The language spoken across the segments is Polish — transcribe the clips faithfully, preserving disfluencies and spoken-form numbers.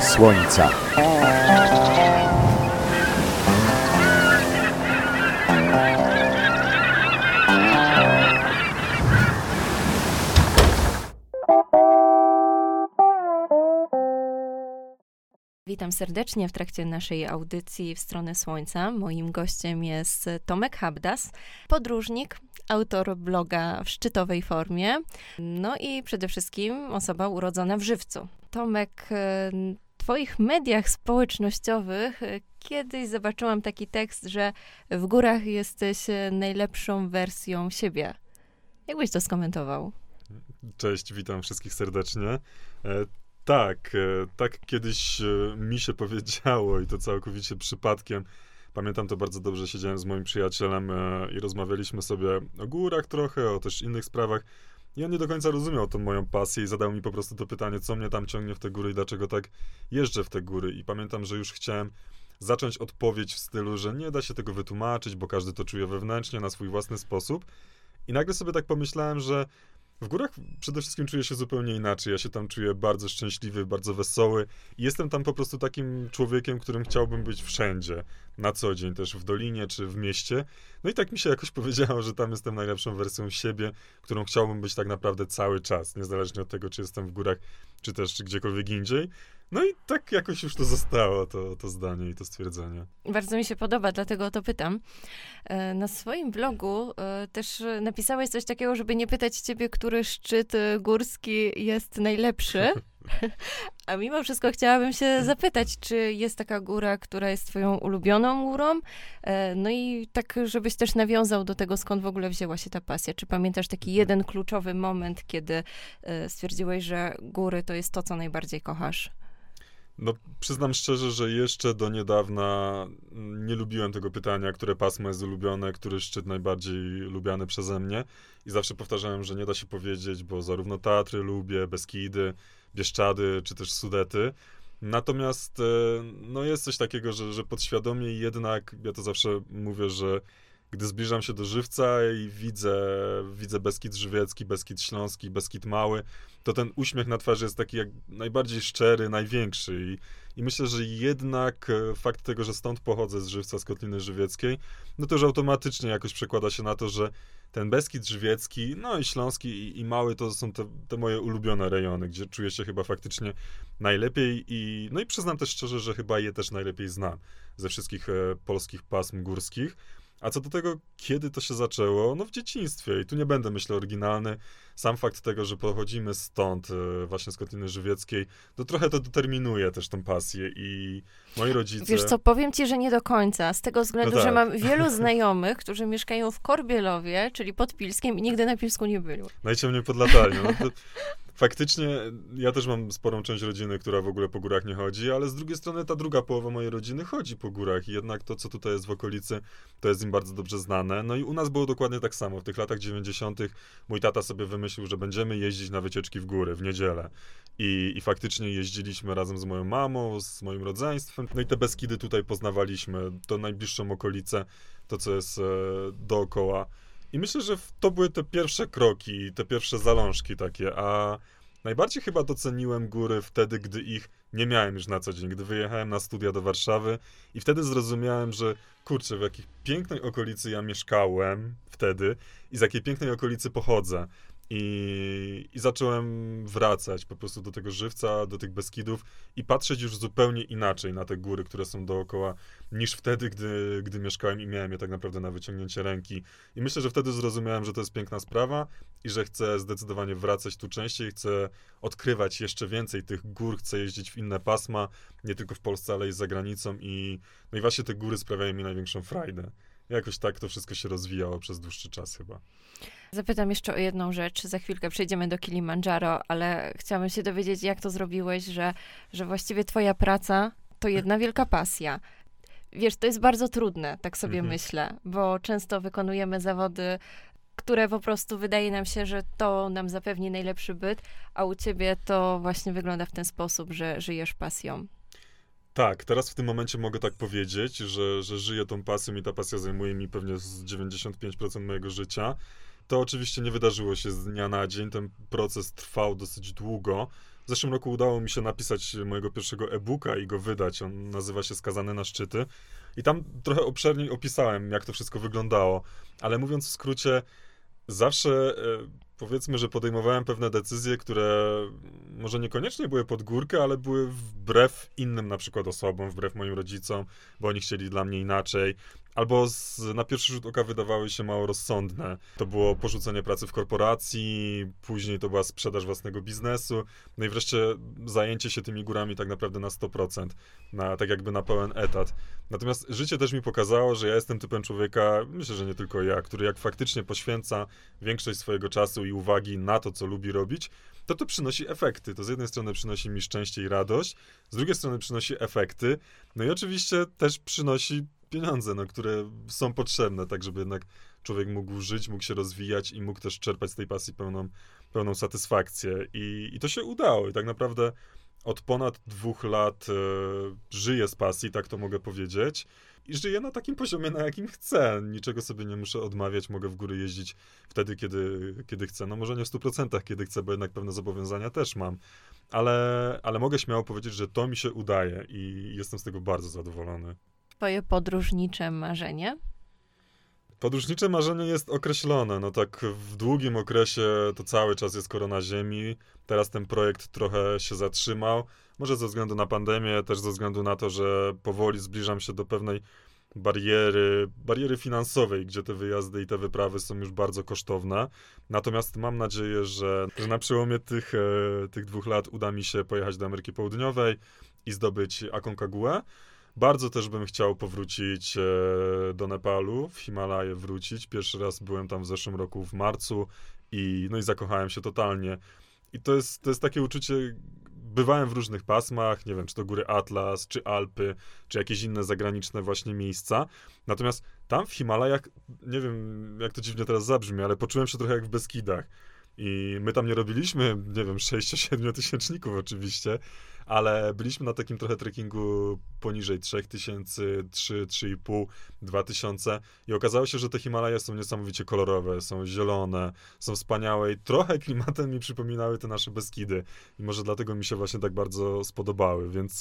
słońca. Witam serdecznie w trakcie naszej audycji w stronę słońca. Moim gościem jest Tomek Habdas, podróżnik, autor bloga w szczytowej formie, no i przede wszystkim osoba urodzona w Żywcu. Tomek, w twoich mediach społecznościowych kiedyś zobaczyłam taki tekst, że w górach jesteś najlepszą wersją siebie. Jak byś to skomentował? Cześć, witam wszystkich serdecznie. Tak, tak kiedyś mi się powiedziało i to całkowicie przypadkiem. Pamiętam to bardzo dobrze, siedziałem z moim przyjacielem i rozmawialiśmy sobie o górach trochę, o też innych sprawach. I on nie do końca rozumiał tą moją pasję i zadał mi po prostu to pytanie, co mnie tam ciągnie w te góry i dlaczego tak jeżdżę w te góry. I pamiętam, że już chciałem zacząć odpowiedź w stylu, że nie da się tego wytłumaczyć, bo każdy to czuje wewnętrznie na swój własny sposób. I nagle sobie tak pomyślałem, że w górach przede wszystkim czuję się zupełnie inaczej. Ja się tam czuję bardzo szczęśliwy, bardzo wesoły i jestem tam po prostu takim człowiekiem, którym chciałbym być wszędzie, na co dzień, też w dolinie czy w mieście. No i tak mi się jakoś powiedziało, że tam jestem najlepszą wersją siebie, którą chciałbym być tak naprawdę cały czas, niezależnie od tego, czy jestem w górach, czy też gdziekolwiek indziej. No i tak jakoś już to zostało, to, to zdanie i to stwierdzenie. Bardzo mi się podoba, dlatego o to pytam. Na swoim blogu też napisałeś coś takiego, żeby nie pytać ciebie, który szczyt górski jest najlepszy. A mimo wszystko chciałabym się zapytać, czy jest taka góra, która jest twoją ulubioną górą? No i tak, żebyś też nawiązał do tego, skąd w ogóle wzięła się ta pasja. Czy pamiętasz taki jeden kluczowy moment, kiedy stwierdziłeś, że góry to jest to, co najbardziej kochasz? No, przyznam szczerze, że jeszcze do niedawna nie lubiłem tego pytania, które pasmo jest ulubione, który szczyt najbardziej lubiany przeze mnie. I zawsze powtarzałem, że nie da się powiedzieć, bo zarówno Tatry lubię, Beskidy, Bieszczady, czy też Sudety. Natomiast no jest coś takiego, że, że podświadomie jednak, ja to zawsze mówię, że gdy zbliżam się do Żywca i widzę, widzę Beskid Żywiecki, Beskid Śląski, Beskid Mały, to ten uśmiech na twarzy jest taki jak najbardziej szczery, największy. I, i myślę, że jednak fakt tego, że stąd pochodzę z Żywca, z Kotliny Żywieckiej, no to już automatycznie jakoś przekłada się na to, że ten Beskid Żywiecki, no i Śląski i, i Mały to są te, te moje ulubione rejony, gdzie czuję się chyba faktycznie najlepiej i no i przyznam też szczerze, że chyba je też najlepiej znam ze wszystkich e, polskich pasm górskich. A co do tego, kiedy to się zaczęło? No w dzieciństwie i tu nie będę, myślę, oryginalny. Sam fakt tego, że pochodzimy stąd, właśnie z Kotliny Żywieckiej, to trochę to determinuje też tą pasję i moi rodzice... Wiesz co, powiem ci, że nie do końca, z tego względu, no tak. że mam wielu znajomych, którzy mieszkają w Korbielowie, czyli pod Pilskiem i nigdy na Pilsku nie byli. Najciemniej pod latarnią. No to... Faktycznie, ja też mam sporą część rodziny, która w ogóle po górach nie chodzi, ale z drugiej strony ta druga połowa mojej rodziny chodzi po górach i jednak to, co tutaj jest w okolicy, to jest im bardzo dobrze znane. No i u nas było dokładnie tak samo. W tych latach dziewięćdziesiątych mój tata sobie wymyślił, że będziemy jeździć na wycieczki w góry w niedzielę. I, i faktycznie jeździliśmy razem z moją mamą, z moim rodzeństwem. No i te Beskidy tutaj poznawaliśmy, to najbliższą okolicę, to co jest e, dookoła. I myślę, że to były te pierwsze kroki, te pierwsze zalążki takie, a najbardziej chyba doceniłem góry wtedy, gdy ich nie miałem już na co dzień, gdy wyjechałem na studia do Warszawy i wtedy zrozumiałem, że kurczę, w jakiej pięknej okolicy ja mieszkałem wtedy i z jakiej pięknej okolicy pochodzę. I, I zacząłem wracać po prostu do tego Żywca, do tych Beskidów i patrzeć już zupełnie inaczej na te góry, które są dookoła, niż wtedy, gdy, gdy mieszkałem i miałem je tak naprawdę na wyciągnięcie ręki. I myślę, że wtedy zrozumiałem, że to jest piękna sprawa i że chcę zdecydowanie wracać tu częściej, chcę odkrywać jeszcze więcej tych gór, chcę jeździć w inne pasma, nie tylko w Polsce, ale i za granicą i, no i właśnie te góry sprawiają mi największą frajdę. Jakoś tak to wszystko się rozwijało przez dłuższy czas chyba. Zapytam jeszcze o jedną rzecz. Za chwilkę przejdziemy do Kilimandżaro, ale chciałabym się dowiedzieć, jak to zrobiłeś, że, że właściwie twoja praca to jedna wielka pasja. Wiesz, to jest bardzo trudne, tak sobie mhm. myślę, bo często wykonujemy zawody, które po prostu wydaje nam się, że to nam zapewni najlepszy byt, a u ciebie to właśnie wygląda w ten sposób, że żyjesz pasją. Tak, teraz w tym momencie mogę tak powiedzieć, że, że żyję tą pasją i ta pasja zajmuje mi pewnie z dziewięćdziesiąt pięć procent mojego życia. To oczywiście nie wydarzyło się z dnia na dzień, ten proces trwał dosyć długo, W zeszłym roku udało mi się napisać mojego pierwszego e-booka i go wydać. On nazywa się Skazany na szczyty. I tam trochę obszerniej opisałem, jak to wszystko wyglądało. Ale mówiąc w skrócie, zawsze e, powiedzmy, że podejmowałem pewne decyzje, które może niekoniecznie były pod górkę, ale były wbrew innym na przykład osobom, wbrew moim rodzicom, bo oni chcieli dla mnie inaczej. Albo z, na pierwszy rzut oka wydawały się mało rozsądne. To było porzucenie pracy w korporacji, później to była sprzedaż własnego biznesu, no i wreszcie zajęcie się tymi górami tak naprawdę na sto procent, na, tak jakby na pełen etat. Natomiast życie też mi pokazało, że ja jestem typem człowieka, myślę, że nie tylko ja, który jak faktycznie poświęca większość swojego czasu i uwagi na to, co lubi robić, to to przynosi efekty. To z jednej strony przynosi mi szczęście i radość, z drugiej strony przynosi efekty, no i oczywiście też przynosi pieniądze, no, które są potrzebne, tak żeby jednak człowiek mógł żyć, mógł się rozwijać i mógł też czerpać z tej pasji pełną, pełną satysfakcję. I, i to się udało. I tak naprawdę od ponad dwóch lat e, żyję z pasji, tak to mogę powiedzieć. I żyję na takim poziomie, na jakim chcę. Niczego sobie nie muszę odmawiać, mogę w góry jeździć wtedy, kiedy, kiedy chcę. No może nie w stu procentach, kiedy chcę, bo jednak pewne zobowiązania też mam. Ale, ale mogę śmiało powiedzieć, że to mi się udaje i jestem z tego bardzo zadowolony. Twoje podróżnicze marzenie? Podróżnicze marzenie jest określone, no tak w długim okresie to cały czas jest korona ziemi, teraz ten projekt trochę się zatrzymał, może ze względu na pandemię, też ze względu na to, że powoli zbliżam się do pewnej bariery, bariery finansowej, gdzie te wyjazdy i te wyprawy są już bardzo kosztowne, natomiast mam nadzieję, że, że na przełomie tych, e, tych dwóch lat uda mi się pojechać do Ameryki Południowej i zdobyć Aconcaguę. Bardzo też bym chciał powrócić e, do Nepalu, w Himalaje wrócić. Pierwszy raz byłem tam w zeszłym roku w marcu i, no i zakochałem się totalnie. I to jest, to jest takie uczucie, bywałem w różnych pasmach, nie wiem, czy to góry Atlas, czy Alpy, czy jakieś inne zagraniczne właśnie miejsca. Natomiast tam w Himalajach, nie wiem, jak to dziwnie teraz zabrzmi, ale poczułem się trochę jak w Beskidach. I my tam nie robiliśmy, nie wiem, sześć siedem tysięczników oczywiście, ale byliśmy na takim trochę trekkingu poniżej trzy tysiące, trzy, trzy i pół, dwa tysiące i okazało się, że te Himalaje są niesamowicie kolorowe, są zielone, są wspaniałe i trochę klimatem mi przypominały te nasze Beskidy i może dlatego mi się właśnie tak bardzo spodobały, więc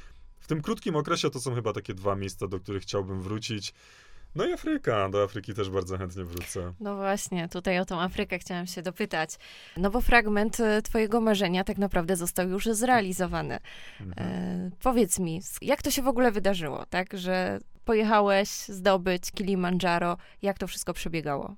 w tym krótkim okresie to są chyba takie dwa miejsca, do których chciałbym wrócić. No i Afryka, do Afryki też bardzo chętnie wrócę. No właśnie, tutaj o tą Afrykę chciałam się dopytać. No bo fragment twojego marzenia tak naprawdę został już zrealizowany. Mhm. E, powiedz mi, jak to się w ogóle wydarzyło, tak, że pojechałeś zdobyć Kilimandżaro, jak to wszystko przebiegało?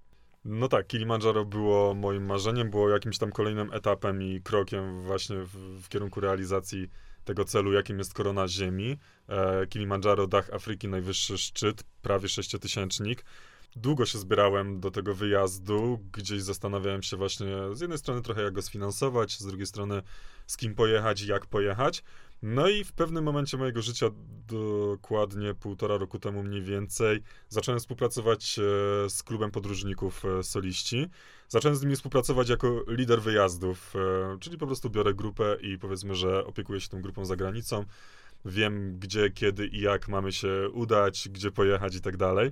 No tak, Kilimandżaro było moim marzeniem, było jakimś tam kolejnym etapem i krokiem właśnie w, w kierunku realizacji tego celu, jakim jest korona ziemi. E, Kilimandżaro, dach Afryki, najwyższy szczyt, prawie sześciotysięcznik. Długo się zbierałem do tego wyjazdu, gdzieś zastanawiałem się właśnie z jednej strony trochę jak go sfinansować, z drugiej strony z kim pojechać i jak pojechać. No i w pewnym momencie mojego życia, dokładnie półtora roku temu mniej więcej, zacząłem współpracować z klubem podróżników Soliści. Zacząłem z nimi współpracować jako lider wyjazdów, czyli po prostu biorę grupę i powiedzmy, że opiekuję się tą grupą za granicą. Wiem gdzie, kiedy i jak mamy się udać, gdzie pojechać i tak dalej.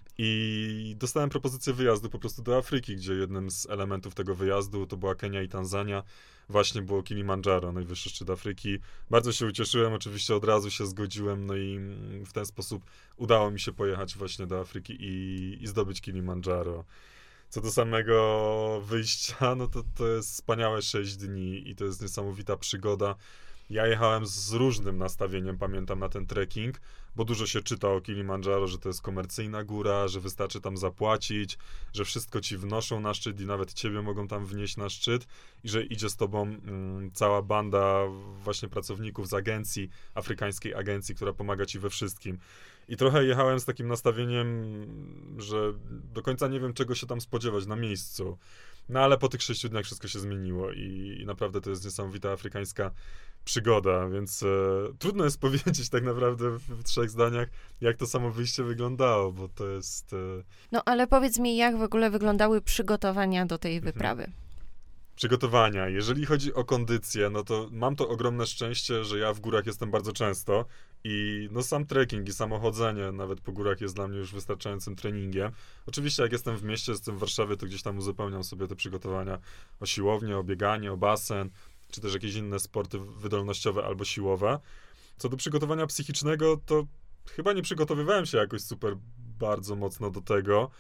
I dostałem propozycję wyjazdu po prostu do Afryki, gdzie jednym z elementów tego wyjazdu to była Kenia i Tanzania. Właśnie było Kilimandżaro, najwyższy szczyt Afryki. Bardzo się ucieszyłem, oczywiście od razu się zgodziłem, no i w ten sposób udało mi się pojechać właśnie do Afryki i, i zdobyć Kilimandżaro. Co do samego wyjścia, no to to jest wspaniałe sześć dni i to jest niesamowita przygoda. Ja jechałem z różnym nastawieniem, pamiętam, na ten trekking, bo dużo się czyta o Kilimandżaro, że to jest komercyjna góra, że wystarczy tam zapłacić, że wszystko ci wnoszą na szczyt i nawet ciebie mogą tam wnieść na szczyt i że idzie z tobą mm, cała banda właśnie pracowników z agencji, afrykańskiej agencji, która pomaga ci we wszystkim. I trochę jechałem z takim nastawieniem, że do końca nie wiem, czego się tam spodziewać na miejscu. No ale po tych sześciu dniach wszystko się zmieniło i, i naprawdę to jest niesamowita afrykańska przygoda, więc e, trudno jest powiedzieć tak naprawdę w, w trzech zdaniach, jak to samo wyjście wyglądało, bo to jest... E... No ale powiedz mi, jak w ogóle wyglądały przygotowania do tej wyprawy? Mhm. Przygotowania. Jeżeli chodzi o kondycję, no to mam to ogromne szczęście, że ja w górach jestem bardzo często i no sam trekking i samo chodzenie nawet po górach jest dla mnie już wystarczającym treningiem. Oczywiście jak jestem w mieście, jestem w Warszawie, to gdzieś tam uzupełniam sobie te przygotowania o siłownię, o bieganie, o basen, czy też jakieś inne sporty wydolnościowe albo siłowe. Co do przygotowania psychicznego, to chyba nie przygotowywałem się jakoś super bardzo mocno do tego,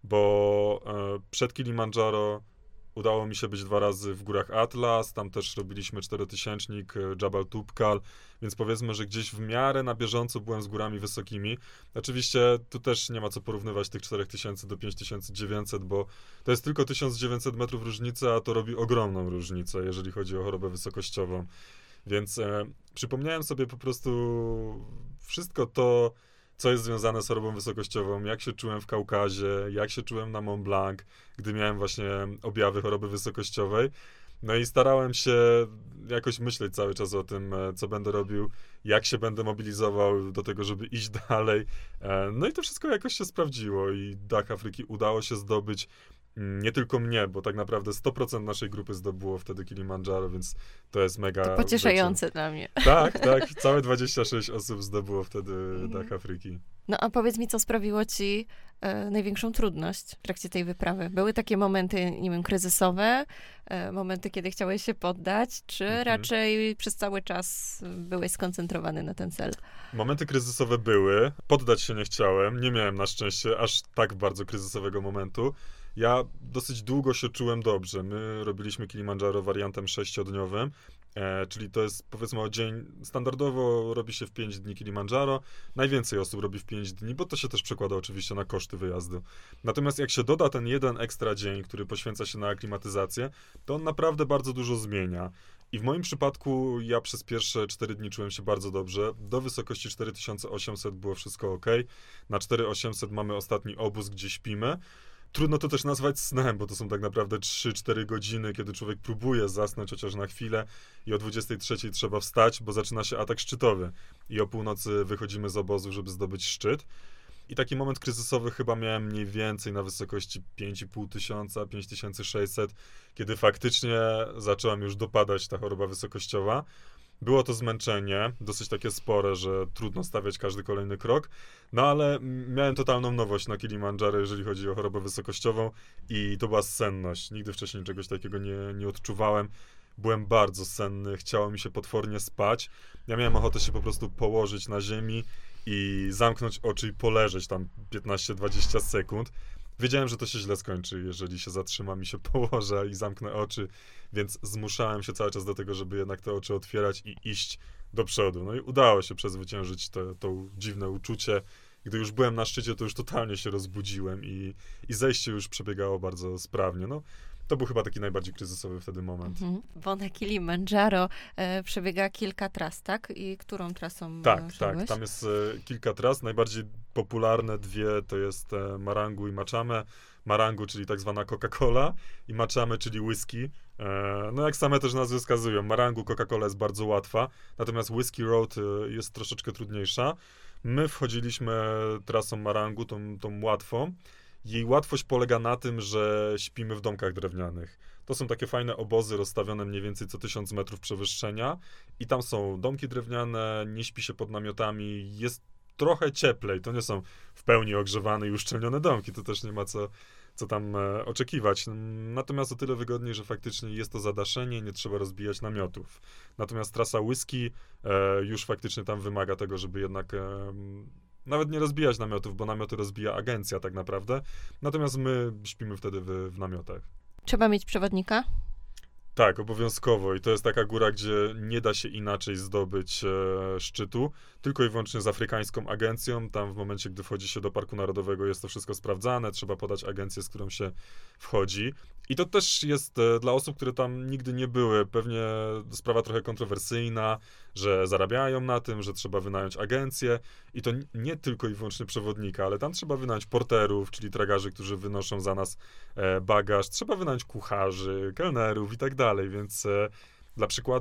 bo e, przed Kilimandżaro udało mi się być dwa razy w górach Atlas, tam też robiliśmy czterotysięcznik, Jabal Tubkal, więc powiedzmy, że gdzieś w miarę na bieżąco byłem z górami wysokimi. Oczywiście tu też nie ma co porównywać tych cztery tysiące do pięć tysięcy dziewięćset, bo to jest tylko tysiąc dziewięćset metrów różnicy, a to robi ogromną różnicę, jeżeli chodzi o chorobę wysokościową. Więc e, przypomniałem sobie po prostu wszystko to, co jest związane z chorobą wysokościową, jak się czułem w Kaukazie, jak się czułem na Mont Blanc, gdy miałem właśnie objawy choroby wysokościowej. No i starałem się jakoś myśleć cały czas o tym, co będę robił, jak się będę mobilizował do tego, żeby iść dalej. No i to wszystko jakoś się sprawdziło i Dach Afryki udało się zdobyć. Nie tylko mnie, bo tak naprawdę sto procent naszej grupy zdobyło wtedy Kilimandżaro, więc to jest mega... To pocieszające dla mnie. Tak, tak. Całe dwadzieścia sześć osób zdobyło wtedy mhm. Dach Afryki. No a powiedz mi, co sprawiło ci e, największą trudność w trakcie tej wyprawy? Były takie momenty, nie wiem, kryzysowe, e, momenty, kiedy chciałeś się poddać, czy mhm. raczej przez cały czas byłeś skoncentrowany na ten cel? Momenty kryzysowe były. Poddać się nie chciałem. Nie miałem na szczęście aż tak bardzo kryzysowego momentu. Ja dosyć długo się czułem dobrze. My robiliśmy Kilimandżaro wariantem sześciodniowym, e, czyli to jest powiedzmy o dzień, standardowo robi się w pięć dni Kilimandżaro, najwięcej osób robi w pięć dni, bo to się też przekłada oczywiście na koszty wyjazdu. Natomiast jak się doda ten jeden ekstra dzień, który poświęca się na aklimatyzację, to on naprawdę bardzo dużo zmienia. I w moim przypadku ja przez pierwsze cztery dni czułem się bardzo dobrze. Do wysokości cztery tysiące osiemset było wszystko ok. Na cztery tysiące osiemset mamy ostatni obóz, gdzie śpimy. Trudno to też nazwać snem, bo to są tak naprawdę trzy cztery godziny, kiedy człowiek próbuje zasnąć chociaż na chwilę i o dwudziestej trzeciej trzeba wstać, bo zaczyna się atak szczytowy i o północy wychodzimy z obozu, żeby zdobyć szczyt. I taki moment kryzysowy chyba miałem mniej więcej na wysokości pięć i pół tysiąca, pięć tysięcy sześćset, kiedy faktycznie zaczęła mi już dopadać ta choroba wysokościowa. Było to zmęczenie, dosyć takie spore, że trudno stawiać każdy kolejny krok, no ale miałem totalną nowość na Kilimandżaro, jeżeli chodzi o chorobę wysokościową i to była senność. Nigdy wcześniej czegoś takiego nie, nie odczuwałem. Byłem bardzo senny, chciało mi się potwornie spać. Ja miałem ochotę się po prostu położyć na ziemi i zamknąć oczy i poleżeć tam piętnaście dwadzieścia sekund. Wiedziałem, że to się źle skończy, jeżeli się zatrzymam i się położę i zamknę oczy, więc zmuszałem się cały czas do tego, żeby jednak te oczy otwierać i iść do przodu. No i udało się przezwyciężyć to, to dziwne uczucie. Gdy już byłem na szczycie, to już totalnie się rozbudziłem i, i zejście już przebiegało bardzo sprawnie. No, to był chyba taki najbardziej kryzysowy wtedy moment. Mhm. Bo na Kilimandżaro e, przebiega kilka tras, tak? I którą trasą Tak, e, tak. Tam jest e, kilka tras. Najbardziej popularne dwie to jest e, Marangu i Machame. Marangu, czyli tak zwana Coca-Cola i Machame, czyli whisky. E, no jak same też nazwy wskazują, Marangu, Coca-Cola jest bardzo łatwa, natomiast Whisky Road e, jest troszeczkę trudniejsza. My wchodziliśmy trasą Marangu, tą, tą łatwą. Jej łatwość polega na tym, że śpimy w domkach drewnianych. To są takie fajne obozy rozstawione mniej więcej co tysiąc metrów przewyższenia i tam są domki drewniane, nie śpi się pod namiotami, jest trochę cieplej. To nie są w pełni ogrzewane i uszczelnione domki, to też nie ma co, co tam e, oczekiwać. Natomiast o tyle wygodniej, że faktycznie jest to zadaszenie, nie trzeba rozbijać namiotów. Natomiast trasa whisky e, już faktycznie tam wymaga tego, żeby jednak e, nawet nie rozbijać namiotów, bo namioty rozbija agencja tak naprawdę. Natomiast my śpimy wtedy w, w namiotach. Trzeba mieć przewodnika? Tak, obowiązkowo. I to jest taka góra, gdzie nie da się inaczej zdobyć e, szczytu, tylko i wyłącznie z afrykańską agencją. Tam w momencie, gdy wchodzi się do Parku Narodowego, jest to wszystko sprawdzane, trzeba podać agencję, z którą się wchodzi. I to też jest e, dla osób, które tam nigdy nie były, pewnie sprawa trochę kontrowersyjna, że zarabiają na tym, że trzeba wynająć agencję. I to nie tylko i wyłącznie przewodnika, ale tam trzeba wynająć porterów, czyli tragarzy, którzy wynoszą za nas e, bagaż. Trzeba wynająć kucharzy, kelnerów i tak dalej. Więc e, dla przykładu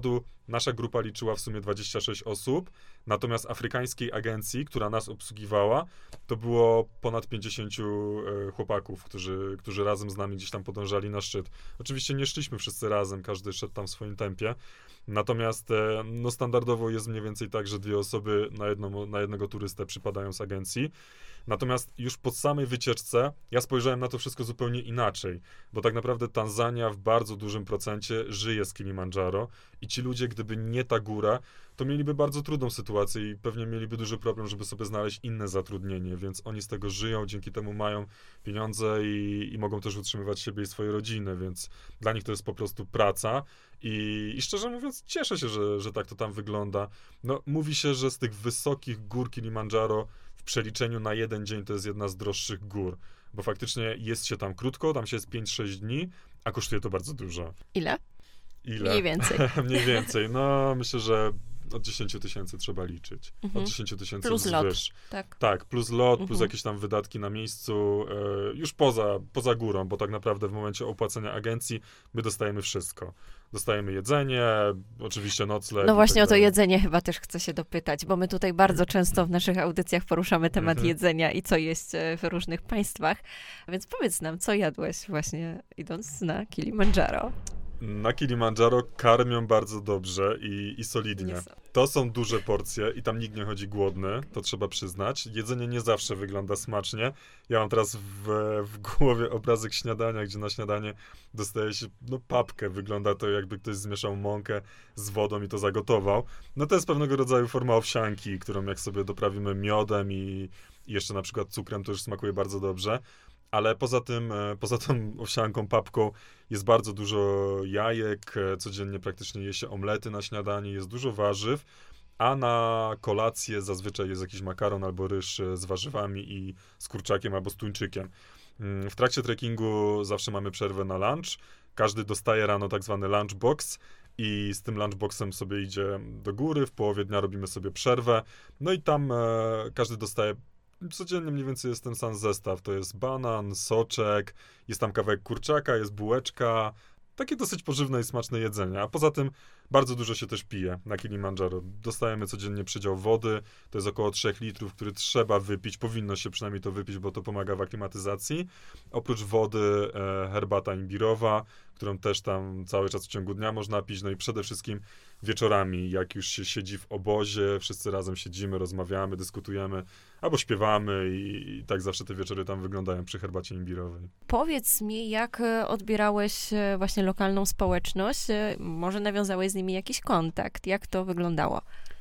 Nasza grupa liczyła w sumie dwadzieścia sześć osób, natomiast afrykańskiej agencji, która nas obsługiwała, to było ponad pięćdziesięciu e, chłopaków, którzy, którzy razem z nami gdzieś tam podążali na szczyt. Oczywiście nie szliśmy wszyscy razem, każdy szedł tam w swoim tempie, natomiast e, no standardowo jest mniej więcej tak, że dwie osoby na, jedną, na jednego turystę przypadają z agencji. Natomiast już po samej wycieczce ja spojrzałem na to wszystko zupełnie inaczej, bo tak naprawdę Tanzania w bardzo dużym procencie żyje z Kilimandżaro i ci ludzie, gdyby nie ta góra, to mieliby bardzo trudną sytuację i pewnie mieliby duży problem, żeby sobie znaleźć inne zatrudnienie, więc oni z tego żyją, dzięki temu mają pieniądze i, i mogą też utrzymywać siebie i swoje rodziny, więc dla nich to jest po prostu praca i, i szczerze mówiąc cieszę się, że, że tak to tam wygląda. No, mówi się, że z tych wysokich gór Kilimandżaro w przeliczeniu na jeden dzień to jest jedna z droższych gór, bo faktycznie jest się tam krótko, tam się jest pięć sześć dni, a kosztuje to bardzo dużo. Ile? Ile? Mniej więcej. Mniej więcej. No, myślę, że od dziesięć tysięcy trzeba liczyć. Mhm. Od dziesięć tysięcy Plus lot, wzwyż. tak. Tak, plus lot, plus Mhm. jakieś tam wydatki na miejscu, e, już poza, poza górą, bo tak naprawdę w momencie opłacenia agencji my dostajemy wszystko. Dostajemy jedzenie, oczywiście nocleg. No i właśnie tak o to dalej. jedzenie chyba też chcę się dopytać, bo my tutaj bardzo często w naszych audycjach poruszamy temat Mhm. jedzenia i co jeść e, w różnych państwach. Więc powiedz nam, co jadłeś właśnie idąc na Kilimandżaro? Na Kilimandżaro karmią bardzo dobrze i, i solidnie. Nie są. To są duże porcje i tam nikt nie chodzi głodny, to trzeba przyznać. Jedzenie nie zawsze wygląda smacznie. Ja mam teraz w, w głowie obrazek śniadania, gdzie na śniadanie dostaje się no, papkę. Wygląda to, jakby ktoś zmieszał mąkę z wodą i to zagotował. No to jest pewnego rodzaju forma owsianki, którą jak sobie doprawimy miodem i, i jeszcze na przykład cukrem, to już smakuje bardzo dobrze. Ale poza tym, e, poza tą owsianką, papką jest bardzo dużo jajek, e, codziennie praktycznie je się omlety na śniadanie, jest dużo warzyw, a na kolację zazwyczaj jest jakiś makaron albo ryż e, z warzywami i z kurczakiem albo z tuńczykiem. Mm, W trakcie trekkingu zawsze mamy przerwę na lunch. Każdy dostaje rano tak zwany lunchbox i z tym lunchboxem sobie idzie do góry, w połowie dnia robimy sobie przerwę, no i tam e, każdy dostaje codziennie mniej więcej jest ten sam zestaw. To jest banan, soczek, jest tam kawałek kurczaka, jest bułeczka. Takie dosyć pożywne i smaczne jedzenie. A poza tym bardzo dużo się też pije na Kilimandżaro. Dostajemy codziennie przydział wody. To jest około trzech litrów, który trzeba wypić. Powinno się przynajmniej to wypić, bo to pomaga w aklimatyzacji. Oprócz wody e, herbata imbirowa, którą też tam cały czas w ciągu dnia można pić. No i przede wszystkim wieczorami, jak już się siedzi w obozie, wszyscy razem siedzimy, rozmawiamy, dyskutujemy, albo śpiewamy i, i tak zawsze te wieczory tam wyglądają przy herbacie imbirowej. Powiedz mi, jak e, odbierałeś e, właśnie lokalną społeczność? E, Może nawiązałeś z nimi jakiś kontakt? Jak to wyglądało?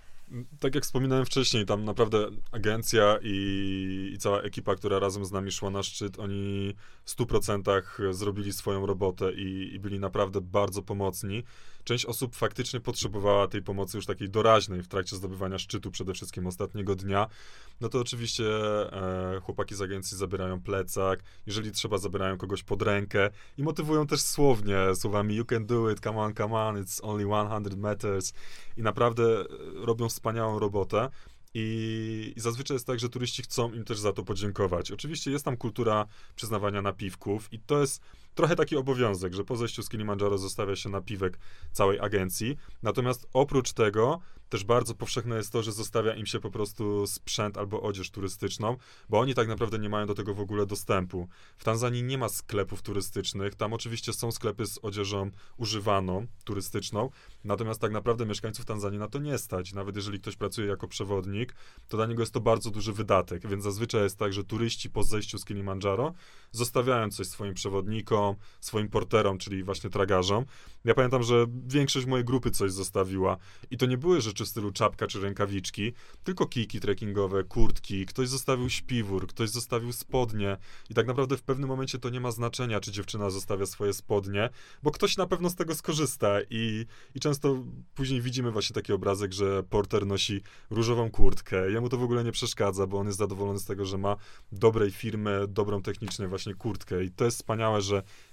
Tak jak wspominałem wcześniej, tam naprawdę agencja i, i cała ekipa, która razem z nami szła na szczyt, oni w stu procentach zrobili swoją robotę i, i byli naprawdę bardzo pomocni. Część osób faktycznie potrzebowała tej pomocy już takiej doraźnej w trakcie zdobywania szczytu, przede wszystkim ostatniego dnia. No to oczywiście e, chłopaki z agencji zabierają plecak, jeżeli trzeba, zabierają kogoś pod rękę i motywują też słownie, słowami you can do it, come on, come on, it's only hundred meters i naprawdę e, robią wspaniałą robotę. I, I zazwyczaj jest tak, że turyści chcą im też za to podziękować. Oczywiście jest tam kultura przyznawania napiwków i to jest trochę taki obowiązek, że po zejściu z Kilimandżaro zostawia się napiwek całej agencji. Natomiast oprócz tego też bardzo powszechne jest to, że zostawia im się po prostu sprzęt albo odzież turystyczną, bo oni tak naprawdę nie mają do tego w ogóle dostępu. W Tanzanii nie ma sklepów turystycznych, tam oczywiście są sklepy z odzieżą używaną, turystyczną, natomiast tak naprawdę mieszkańców Tanzanii na to nie stać. Nawet jeżeli ktoś pracuje jako przewodnik, to dla niego jest to bardzo duży wydatek, więc zazwyczaj jest tak, że turyści po zejściu z Kilimandżaro zostawiają coś swoim przewodnikom, swoim porterom, czyli właśnie tragarzom. Ja pamiętam, że większość mojej grupy coś zostawiła i to nie były rzeczy w stylu czapka czy rękawiczki, tylko kijki trekkingowe, kurtki, ktoś zostawił śpiwór, ktoś zostawił spodnie i tak naprawdę w pewnym momencie to nie ma znaczenia, czy dziewczyna zostawia swoje spodnie, bo ktoś na pewno z tego skorzysta i, i często później widzimy właśnie taki obrazek, że porter nosi różową kurtkę, jemu to w ogóle nie przeszkadza, bo on jest zadowolony z tego, że ma dobrej firmy, dobrą technicznie właśnie kurtkę i to jest wspaniałe, że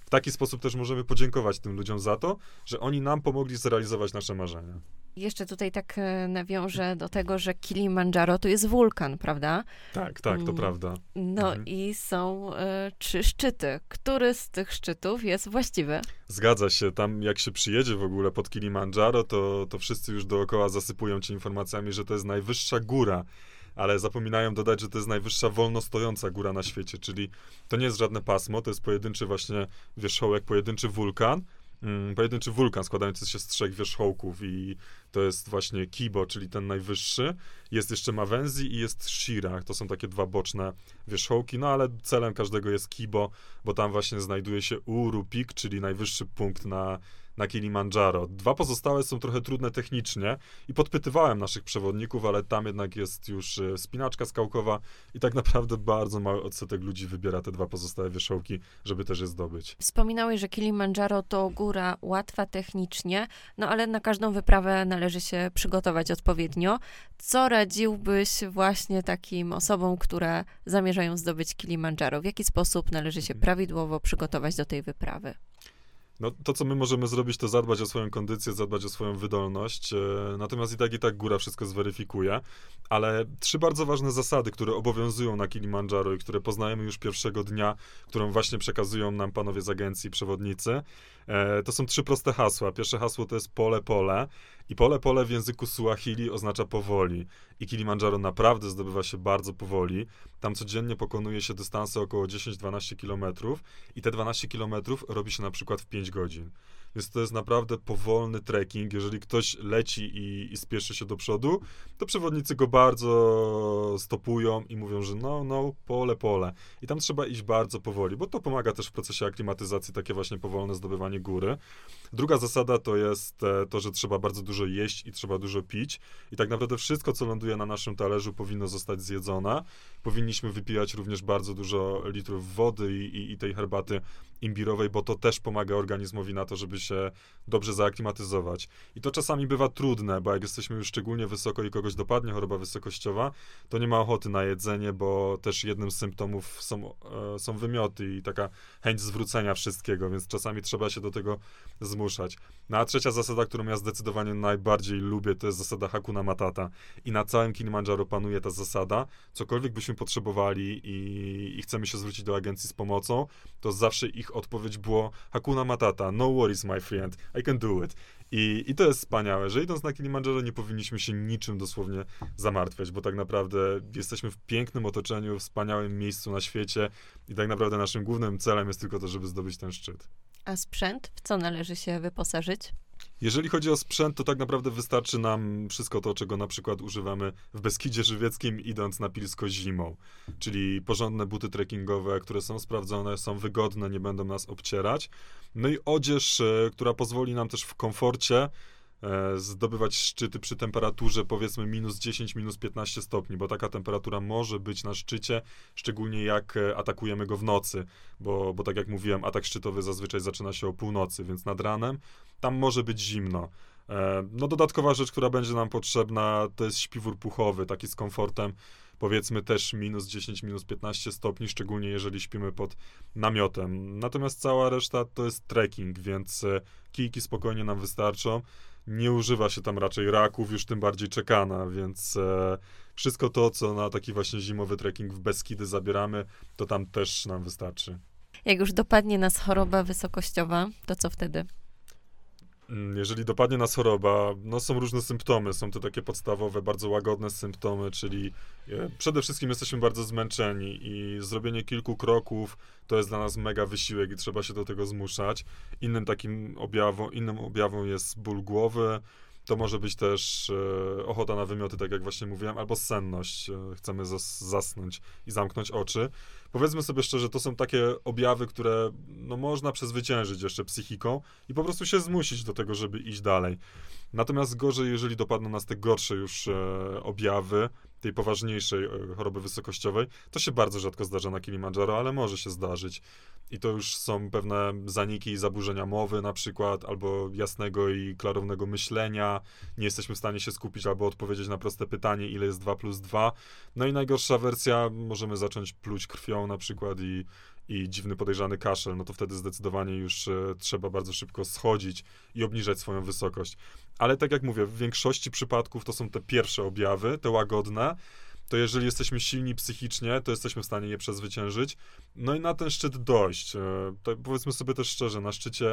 w taki sposób też możemy podziękować tym ludziom za to, że oni nam pomogli zrealizować nasze marzenia. Jeszcze tutaj tak e, nawiążę do tego, że Kilimandżaro to jest wulkan, prawda? Tak, tak, to Mm. prawda. No Mhm. i są e, trzy szczyty. Który z tych szczytów jest właściwy? Zgadza się, tam jak się przyjedzie w ogóle pod Kilimandżaro, to, to wszyscy już dookoła zasypują ci informacjami, że to jest najwyższa góra, ale zapominają dodać, że to jest najwyższa wolno stojąca góra na świecie, czyli to nie jest żadne pasmo, to jest pojedynczy właśnie wierzchołek, pojedynczy wulkan, mm, pojedynczy wulkan składający się z trzech wierzchołków i to jest właśnie Kibo, czyli ten najwyższy, jest jeszcze Mawenzi i jest Shira, to są takie dwa boczne wierzchołki, no ale celem każdego jest Kibo, bo tam właśnie znajduje się Uru Peak, czyli najwyższy punkt na na Kilimandżaro. Dwa pozostałe są trochę trudne technicznie i podpytywałem naszych przewodników, ale tam jednak jest już e, spinaczka skałkowa i tak naprawdę bardzo mały odsetek ludzi wybiera te dwa pozostałe wierzchołki, żeby też je zdobyć. Wspominałeś, że Kilimandżaro to góra łatwa technicznie, no ale na każdą wyprawę należy się przygotować odpowiednio. Co radziłbyś właśnie takim osobom, które zamierzają zdobyć Kilimandżaro? W jaki sposób należy się prawidłowo przygotować do tej wyprawy? No, to, co my możemy zrobić, to zadbać o swoją kondycję, zadbać o swoją wydolność, e, natomiast i tak, i tak góra wszystko zweryfikuje, ale trzy bardzo ważne zasady, które obowiązują na Kilimandżaro i które poznajemy już pierwszego dnia, którą właśnie przekazują nam panowie z agencji, przewodnicy, e, to są trzy proste hasła. Pierwsze hasło to jest pole, pole i pole, pole w języku Suahili oznacza powoli i Kilimandżaro naprawdę zdobywa się bardzo powoli. Tam codziennie pokonuje się dystanse około dziesięć do dwunastu kilometrów i te dwanaście kilometrów robi się na przykład w pięć godzin. Więc to jest naprawdę powolny trekking. Jeżeli ktoś leci i, i spieszy się do przodu, to przewodnicy go bardzo stopują i mówią, że no, no, pole, pole. I tam trzeba iść bardzo powoli, bo to pomaga też w procesie aklimatyzacji, takie właśnie powolne zdobywanie góry. Druga zasada to jest e, to, że trzeba bardzo dużo jeść i trzeba dużo pić. I tak naprawdę wszystko, co ląduje na naszym talerzu, powinno zostać zjedzone. Powinniśmy wypijać również bardzo dużo litrów wody i, i, i tej herbaty imbirowej, bo to też pomaga organizmowi na to, żeby się dobrze zaaklimatyzować. I to czasami bywa trudne, bo jak jesteśmy już szczególnie wysoko i kogoś dopadnie choroba wysokościowa, to nie ma ochoty na jedzenie, bo też jednym z symptomów są, e, są wymioty i taka chęć zwrócenia wszystkiego, więc czasami trzeba się do tego zmuszać. No a trzecia zasada, którą ja zdecydowanie najbardziej lubię, to jest zasada Hakuna Matata. I na całym Kilimandżaro panuje ta zasada. Cokolwiek byśmy potrzebowali i, i chcemy się zwrócić do agencji z pomocą, to zawsze ich odpowiedź było Hakuna Matata, no worries my friend, I can do it. I, I to jest wspaniałe, że idąc na Kilimandżaro nie powinniśmy się niczym dosłownie zamartwiać, bo tak naprawdę jesteśmy w pięknym otoczeniu, wspaniałym miejscu na świecie i tak naprawdę naszym głównym celem jest tylko to, żeby zdobyć ten szczyt. A sprzęt? W co należy się wyposażyć? Jeżeli chodzi o sprzęt, to tak naprawdę wystarczy nam wszystko to, czego na przykład używamy w Beskidzie Żywieckim, idąc na Pilsko zimą. Czyli porządne buty trekkingowe, które są sprawdzone, są wygodne, nie będą nas obcierać. No i odzież, e, która pozwoli nam też w komforcie e, zdobywać szczyty przy temperaturze powiedzmy minus dziesięć, minus piętnaście stopni, bo taka temperatura może być na szczycie, szczególnie jak e, atakujemy go w nocy, bo, bo tak jak mówiłem, atak szczytowy zazwyczaj zaczyna się o północy, więc nad ranem tam może być zimno. E, no dodatkowa rzecz, która będzie nam potrzebna, to jest śpiwór puchowy, taki z komfortem, powiedzmy też minus dziesięć, minus piętnaście stopni, szczególnie jeżeli śpimy pod namiotem. Natomiast cała reszta to jest trekking, więc e, kijki spokojnie nam wystarczą. Nie używa się tam raczej raków, już tym bardziej czekana, więc e, wszystko to, co na taki właśnie zimowy trekking w Beskidy zabieramy, to tam też nam wystarczy. Jak już dopadnie nas choroba wysokościowa, to co wtedy? Jeżeli dopadnie nas choroba, no są różne symptomy. Są to takie podstawowe, bardzo łagodne symptomy, czyli e, przede wszystkim jesteśmy bardzo zmęczeni i zrobienie kilku kroków to jest dla nas mega wysiłek i trzeba się do tego zmuszać. Innym takim objawą, innym objawą jest ból głowy. To może być też e, ochota na wymioty, tak jak właśnie mówiłem, albo senność. E, chcemy zas- zasnąć i zamknąć oczy. Powiedzmy sobie szczerze, to są takie objawy, które no, można przezwyciężyć jeszcze psychiką i po prostu się zmusić do tego, żeby iść dalej. Natomiast gorzej, jeżeli dopadną nas te gorsze już e, objawy, tej poważniejszej e, choroby wysokościowej, to się bardzo rzadko zdarza na Kilimandżaro, ale może się zdarzyć. I to już są pewne zaniki i zaburzenia mowy na przykład, albo jasnego i klarownego myślenia. Nie jesteśmy w stanie się skupić albo odpowiedzieć na proste pytanie, ile jest dwa plus dwa. No i najgorsza wersja, możemy zacząć pluć krwią na przykład i, i dziwny podejrzany kaszel, no to wtedy zdecydowanie już e, trzeba bardzo szybko schodzić i obniżać swoją wysokość. Ale tak jak mówię, w większości przypadków to są te pierwsze objawy, te łagodne, to jeżeli jesteśmy silni psychicznie, to jesteśmy w stanie je przezwyciężyć. No i na ten szczyt dojść. E, to powiedzmy sobie też szczerze, na szczycie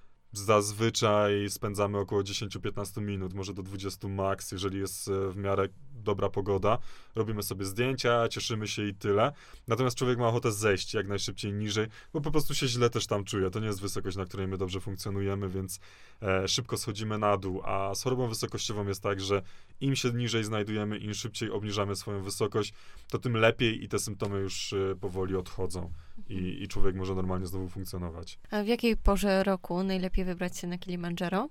zazwyczaj spędzamy około dziesięć do piętnastu minut, może do dwudziestu max, jeżeli jest w miarę dobra pogoda. Robimy sobie zdjęcia, cieszymy się i tyle. Natomiast człowiek ma ochotę zejść jak najszybciej niżej, bo po prostu się źle też tam czuje. To nie jest wysokość, na której my dobrze funkcjonujemy, więc e, szybko schodzimy na dół. A z chorobą wysokościową jest tak, że im się niżej znajdujemy, im szybciej obniżamy swoją wysokość, to tym lepiej i te symptomy już e, powoli odchodzą. I, I człowiek może normalnie znowu funkcjonować. A w jakiej porze roku najlepiej wybrać się na Kilimandżaro?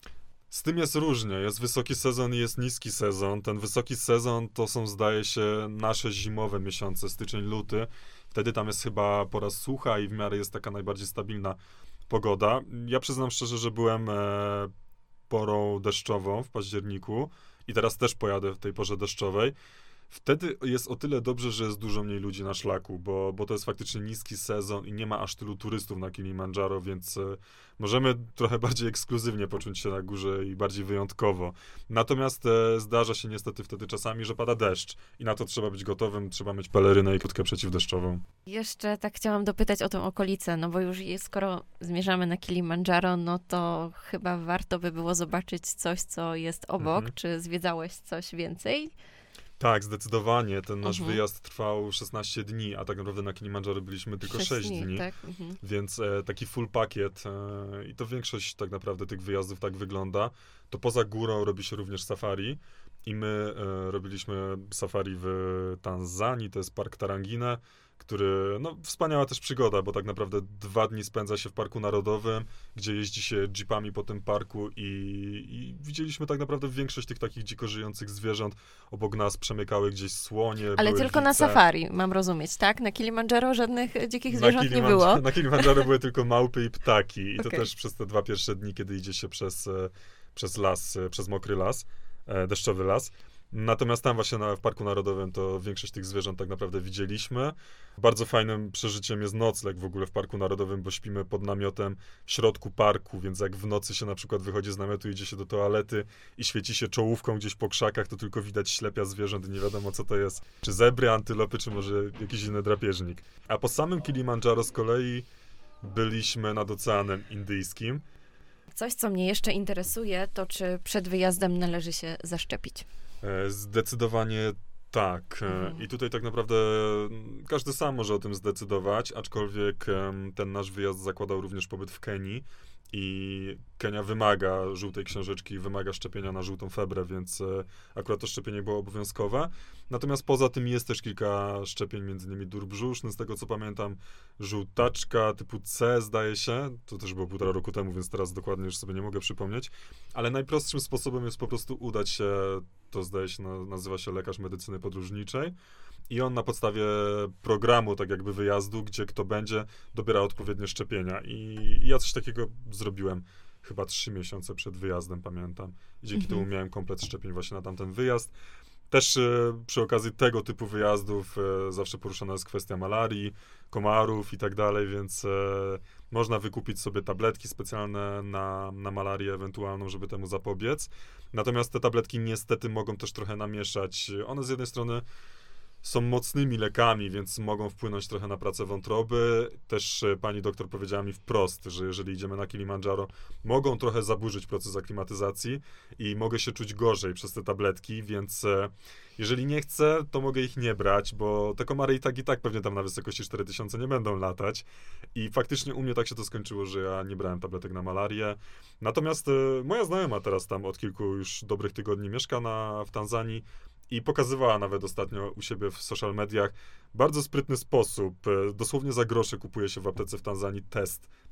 Z tym jest różnie. Jest wysoki sezon i jest niski sezon. Ten wysoki sezon to są, zdaje się, nasze zimowe miesiące, styczeń, luty. Wtedy tam jest chyba pora sucha i w miarę jest taka najbardziej stabilna pogoda. Ja przyznam szczerze, że byłem e, porą deszczową w październiku i teraz też pojadę w tej porze deszczowej. Wtedy jest o tyle dobrze, że jest dużo mniej ludzi na szlaku, bo, bo to jest faktycznie niski sezon i nie ma aż tylu turystów na Kilimandżaro, więc e, możemy trochę bardziej ekskluzywnie poczuć się na górze i bardziej wyjątkowo. Natomiast e, zdarza się niestety wtedy czasami, że pada deszcz i na to trzeba być gotowym, trzeba mieć pelerynę i kurtkę przeciwdeszczową. Jeszcze tak chciałam dopytać o tą okolicę, no bo już jest, skoro zmierzamy na Kilimandżaro, no to chyba warto by było zobaczyć coś, co jest obok. Mhm. Czy zwiedzałeś coś więcej? Tak, zdecydowanie. Ten nasz Mhm. wyjazd trwał szesnaście dni, a tak naprawdę na Kilimandżaro byliśmy tylko sześć dni. Tak? Mhm. Więc e, taki full pakiet e, i to większość tak naprawdę tych wyjazdów tak wygląda. To poza górą robi się również safari i my e, robiliśmy safari w Tanzanii, to jest park Tarangire, który, no wspaniała też przygoda, bo tak naprawdę dwa dni spędza się w parku narodowym, gdzie jeździ się jeepami po tym parku i, i widzieliśmy tak naprawdę większość tych takich dziko żyjących zwierząt. Obok nas przemykały gdzieś słonie, Ale były tylko na lwice. safari, mam rozumieć, tak? Na Kilimandżaro żadnych dzikich Na zwierząt nie Kilimandż- było. Na Kilimandżaro były tylko małpy i ptaki. I to Okej. też przez te dwa pierwsze dni, kiedy idzie się przez, e, przez las, e, przez mokry las, e, deszczowy las. Natomiast tam właśnie na, w Parku Narodowym to większość tych zwierząt tak naprawdę widzieliśmy. Bardzo fajnym przeżyciem jest nocleg w ogóle w Parku Narodowym, bo śpimy pod namiotem w środku parku, więc jak w nocy się na przykład wychodzi z namiotu, idzie się do toalety i świeci się czołówką gdzieś po krzakach, to tylko widać ślepia zwierząt i nie wiadomo co to jest. Czy zebry, antylopy, czy może jakiś inny drapieżnik. A po samym Kilimandżaro z kolei byliśmy nad Oceanem Indyjskim. Coś, co mnie jeszcze interesuje, to czy przed wyjazdem należy się zaszczepić? E, Zdecydowanie tak. E, Mhm. I tutaj tak naprawdę mm, każdy sam może o tym zdecydować, aczkolwiek em, ten nasz wyjazd zakładał również pobyt w Kenii i Kenia wymaga żółtej książeczki, wymaga szczepienia na żółtą febrę, więc e, akurat to szczepienie było obowiązkowe. Natomiast poza tym jest też kilka szczepień, między innymi dur brzuszny, z tego co pamiętam, żółtaczka typu C zdaje się, to też było półtora roku temu, więc teraz dokładnie już sobie nie mogę przypomnieć, ale najprostszym sposobem jest po prostu udać się, to zdaje się na, nazywa się lekarz medycyny podróżniczej i on na podstawie programu, tak jakby wyjazdu, gdzie kto będzie, dobiera odpowiednie szczepienia i, i ja coś takiego zrobiłem chyba trzy miesiące przed wyjazdem, pamiętam. I dzięki Mhm. temu miałem komplet szczepień właśnie na tamten wyjazd. Też e, przy okazji tego typu wyjazdów e, zawsze poruszana jest kwestia malarii, komarów i tak dalej, więc e, można wykupić sobie tabletki specjalne na, na malarię ewentualną, żeby temu zapobiec. Natomiast te tabletki niestety mogą też trochę namieszać. One z jednej strony są mocnymi lekami, więc mogą wpłynąć trochę na pracę wątroby. Też e, pani doktor powiedziała mi wprost, że jeżeli idziemy na Kilimandżaro, mogą trochę zaburzyć proces aklimatyzacji i mogę się czuć gorzej przez te tabletki, więc e, jeżeli nie chcę, to mogę ich nie brać, bo te komary i tak i tak pewnie tam na wysokości cztery tysiące nie będą latać. I faktycznie u mnie tak się to skończyło, że ja nie brałem tabletek na malarię. Natomiast e, moja znajoma teraz tam od kilku już dobrych tygodni mieszka na, w Tanzanii i pokazywała nawet ostatnio u siebie w social mediach bardzo sprytny sposób. E, Dosłownie za grosze kupuje się w aptece w Tanzanii test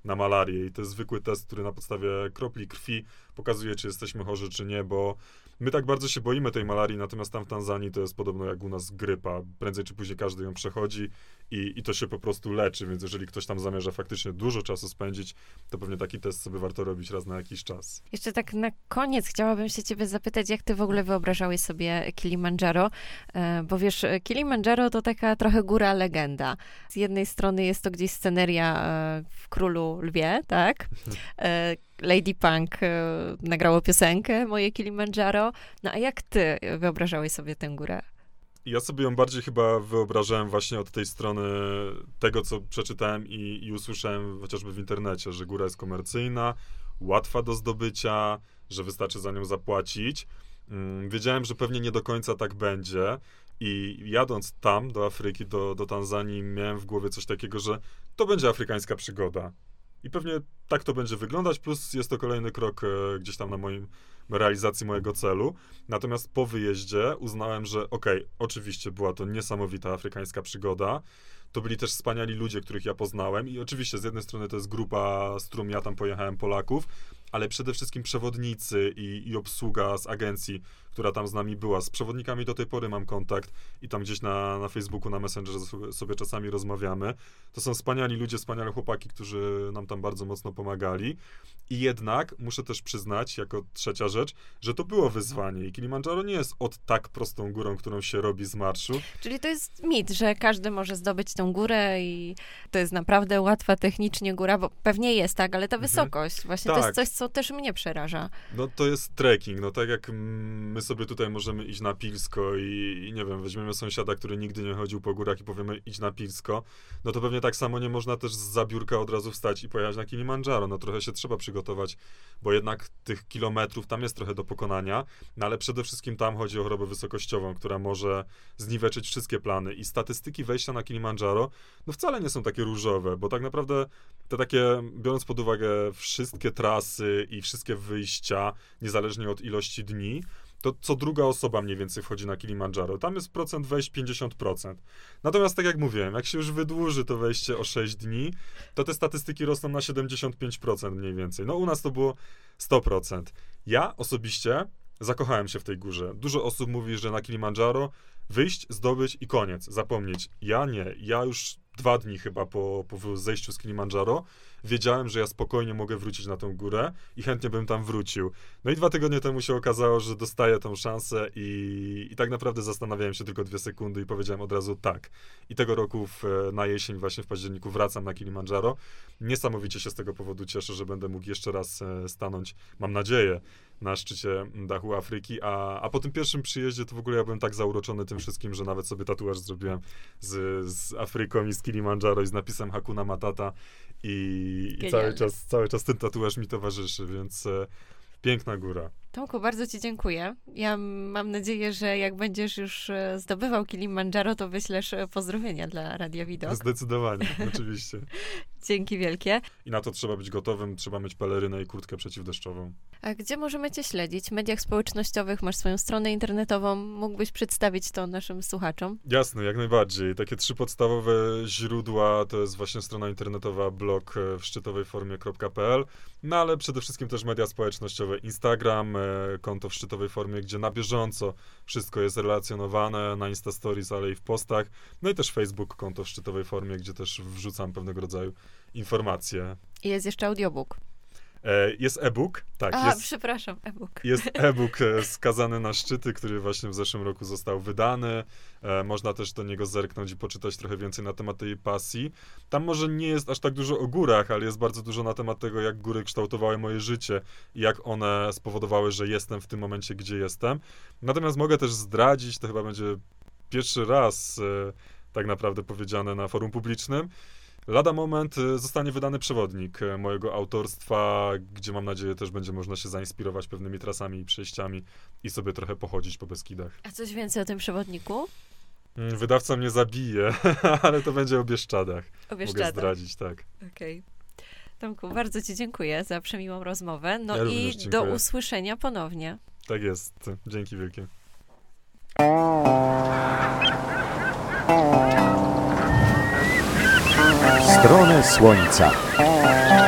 na malarię i to jest zwykły test, który na podstawie kropli krwi pokazuje, czy jesteśmy chorzy, czy nie, bo my tak bardzo się boimy tej malarii, natomiast tam w Tanzanii to jest podobno jak u nas grypa. Prędzej czy później każdy ją przechodzi i, i to się po prostu leczy, więc jeżeli ktoś tam zamierza faktycznie dużo czasu spędzić, to pewnie taki test sobie warto robić raz na jakiś czas. Jeszcze tak na koniec chciałabym się ciebie zapytać, jak ty w ogóle wyobrażałeś sobie Kilimandżaro, e, bo wiesz, Kilimandżaro to taka trochę góra legenda. Z jednej strony jest to gdzieś sceneria e, w Królu Lwie, tak? E, Lady Punk e, nagrało piosenkę Moje Kilimandżaro. No a jak ty wyobrażałeś sobie tę górę? Ja sobie ją bardziej chyba wyobrażałem właśnie od tej strony tego, co przeczytałem i, i usłyszałem chociażby w internecie, że góra jest komercyjna, łatwa do zdobycia, że wystarczy za nią zapłacić. Hmm, wiedziałem, że pewnie nie do końca tak będzie i jadąc tam, do Afryki, do, do Tanzanii, miałem w głowie coś takiego, że to będzie afrykańska przygoda. I pewnie tak to będzie wyglądać, plus jest to kolejny krok e, gdzieś tam na moim realizacji mojego celu. Natomiast po wyjeździe uznałem, że okej, okay, oczywiście była to niesamowita afrykańska przygoda. To byli też wspaniali ludzie, których ja poznałem i oczywiście z jednej strony to jest grupa, z którą ja tam pojechałem, Polaków, ale przede wszystkim przewodnicy i, i obsługa z agencji, która tam z nami była. Z przewodnikami do tej pory mam kontakt i tam gdzieś na, na Facebooku, na Messengerze sobie, sobie czasami rozmawiamy. To są wspaniali ludzie, wspaniale chłopaki, którzy nam tam bardzo mocno pomagali. I jednak muszę też przyznać, jako trzecia rzecz, że to było wyzwanie i Kilimandżaro nie jest od tak prostą górą, którą się robi z marszu. Czyli to jest mit, że każdy może zdobyć tę górę i to jest naprawdę łatwa technicznie góra, bo pewnie jest, tak, ale ta wysokość, mhm. właśnie tak. To jest coś, co też mnie przeraża. No to jest trekking, no tak jak my sobie tutaj możemy iść na Pilsko i, i nie wiem, weźmiemy sąsiada, który nigdy nie chodził po górach i powiemy idź na Pilsko, no to pewnie tak samo nie można też z zabiórka od razu wstać i pojechać na Kilimandżaro, no trochę się trzeba przygotować, bo jednak tych kilometrów tam jest trochę do pokonania, no ale przede wszystkim tam chodzi o chorobę wysokościową, która może zniweczyć wszystkie plany i statystyki wejścia na Kilimandżaro, no wcale nie są takie różowe, bo tak naprawdę te takie, biorąc pod uwagę wszystkie trasy i wszystkie wyjścia, niezależnie od ilości dni, to co druga osoba mniej więcej wchodzi na Kilimandżaro. Tam jest procent wejść pięćdziesiąt procent. Natomiast tak jak mówiłem, jak się już wydłuży to wejście o sześć dni, to te statystyki rosną na siedemdziesiąt pięć procent mniej więcej. No u nas to było sto procent. Ja osobiście zakochałem się w tej górze. Dużo osób mówi, że na Kilimandżaro wyjść, zdobyć i koniec, zapomnieć. Ja nie. Ja już dwa dni chyba po, po zejściu z Kilimandżaro wiedziałem, że ja spokojnie mogę wrócić na tą górę i chętnie bym tam wrócił. No i dwa tygodnie temu się okazało, że dostaję tą szansę i, i tak naprawdę zastanawiałem się tylko dwie sekundy i powiedziałem od razu tak. I tego roku w, na jesień, właśnie w październiku wracam na Kilimandżaro. Niesamowicie się z tego powodu cieszę, że będę mógł jeszcze raz stanąć, mam nadzieję, na szczycie dachu Afryki, a, a po tym pierwszym przyjeździe to w ogóle ja byłem tak zauroczony tym wszystkim, że nawet sobie tatuaż zrobiłem z, z Afryką i z Kilimandżaro i z napisem Hakuna Matata i, i cały czas, cały czas ten tatuaż mi towarzyszy, więc e, piękna góra. Tomku, bardzo ci dziękuję. Ja mam nadzieję, że jak będziesz już zdobywał Kilimandżaro, to wyślesz pozdrowienia dla Radia Widok. Zdecydowanie, oczywiście. Dzięki wielkie. I na to trzeba być gotowym, trzeba mieć pelerynę i kurtkę przeciwdeszczową. A gdzie możemy cię śledzić? W mediach społecznościowych, masz swoją stronę internetową, mógłbyś przedstawić to naszym słuchaczom? Jasne, jak najbardziej. Takie trzy podstawowe źródła to jest właśnie strona internetowa blog w szczytowej formie kropka p l, no ale przede wszystkim też media społecznościowe, Instagram, konto w szczytowej formie, gdzie na bieżąco wszystko jest relacjonowane na Insta Stories, ale i w postach, no i też Facebook, konto w szczytowej formie, gdzie też wrzucam pewnego rodzaju informacje. I jest jeszcze audiobook. Jest e-book, tak. A, jest, przepraszam, e-book. Jest e-book skazany na szczyty, który właśnie w zeszłym roku został wydany. E, można też do niego zerknąć i poczytać trochę więcej na temat tej pasji. Tam może nie jest aż tak dużo o górach, ale jest bardzo dużo na temat tego, jak góry kształtowały moje życie i jak one spowodowały, że jestem w tym momencie, gdzie jestem. Natomiast mogę też zdradzić, to chyba będzie pierwszy raz e, tak naprawdę powiedziane na forum publicznym, lada moment zostanie wydany przewodnik mojego autorstwa, gdzie mam nadzieję też będzie można się zainspirować pewnymi trasami i przejściami i sobie trochę pochodzić po Beskidach. A coś więcej o tym przewodniku? Wydawca mnie zabije, ale to będzie o Bieszczadach. O Bieszczadach. Mogę zdradzić, tak. Okej. Okay. Tomku, bardzo ci dziękuję za przemiłą rozmowę. No ja i do usłyszenia ponownie. Tak jest. Dzięki wielkie. Stronę Słońca.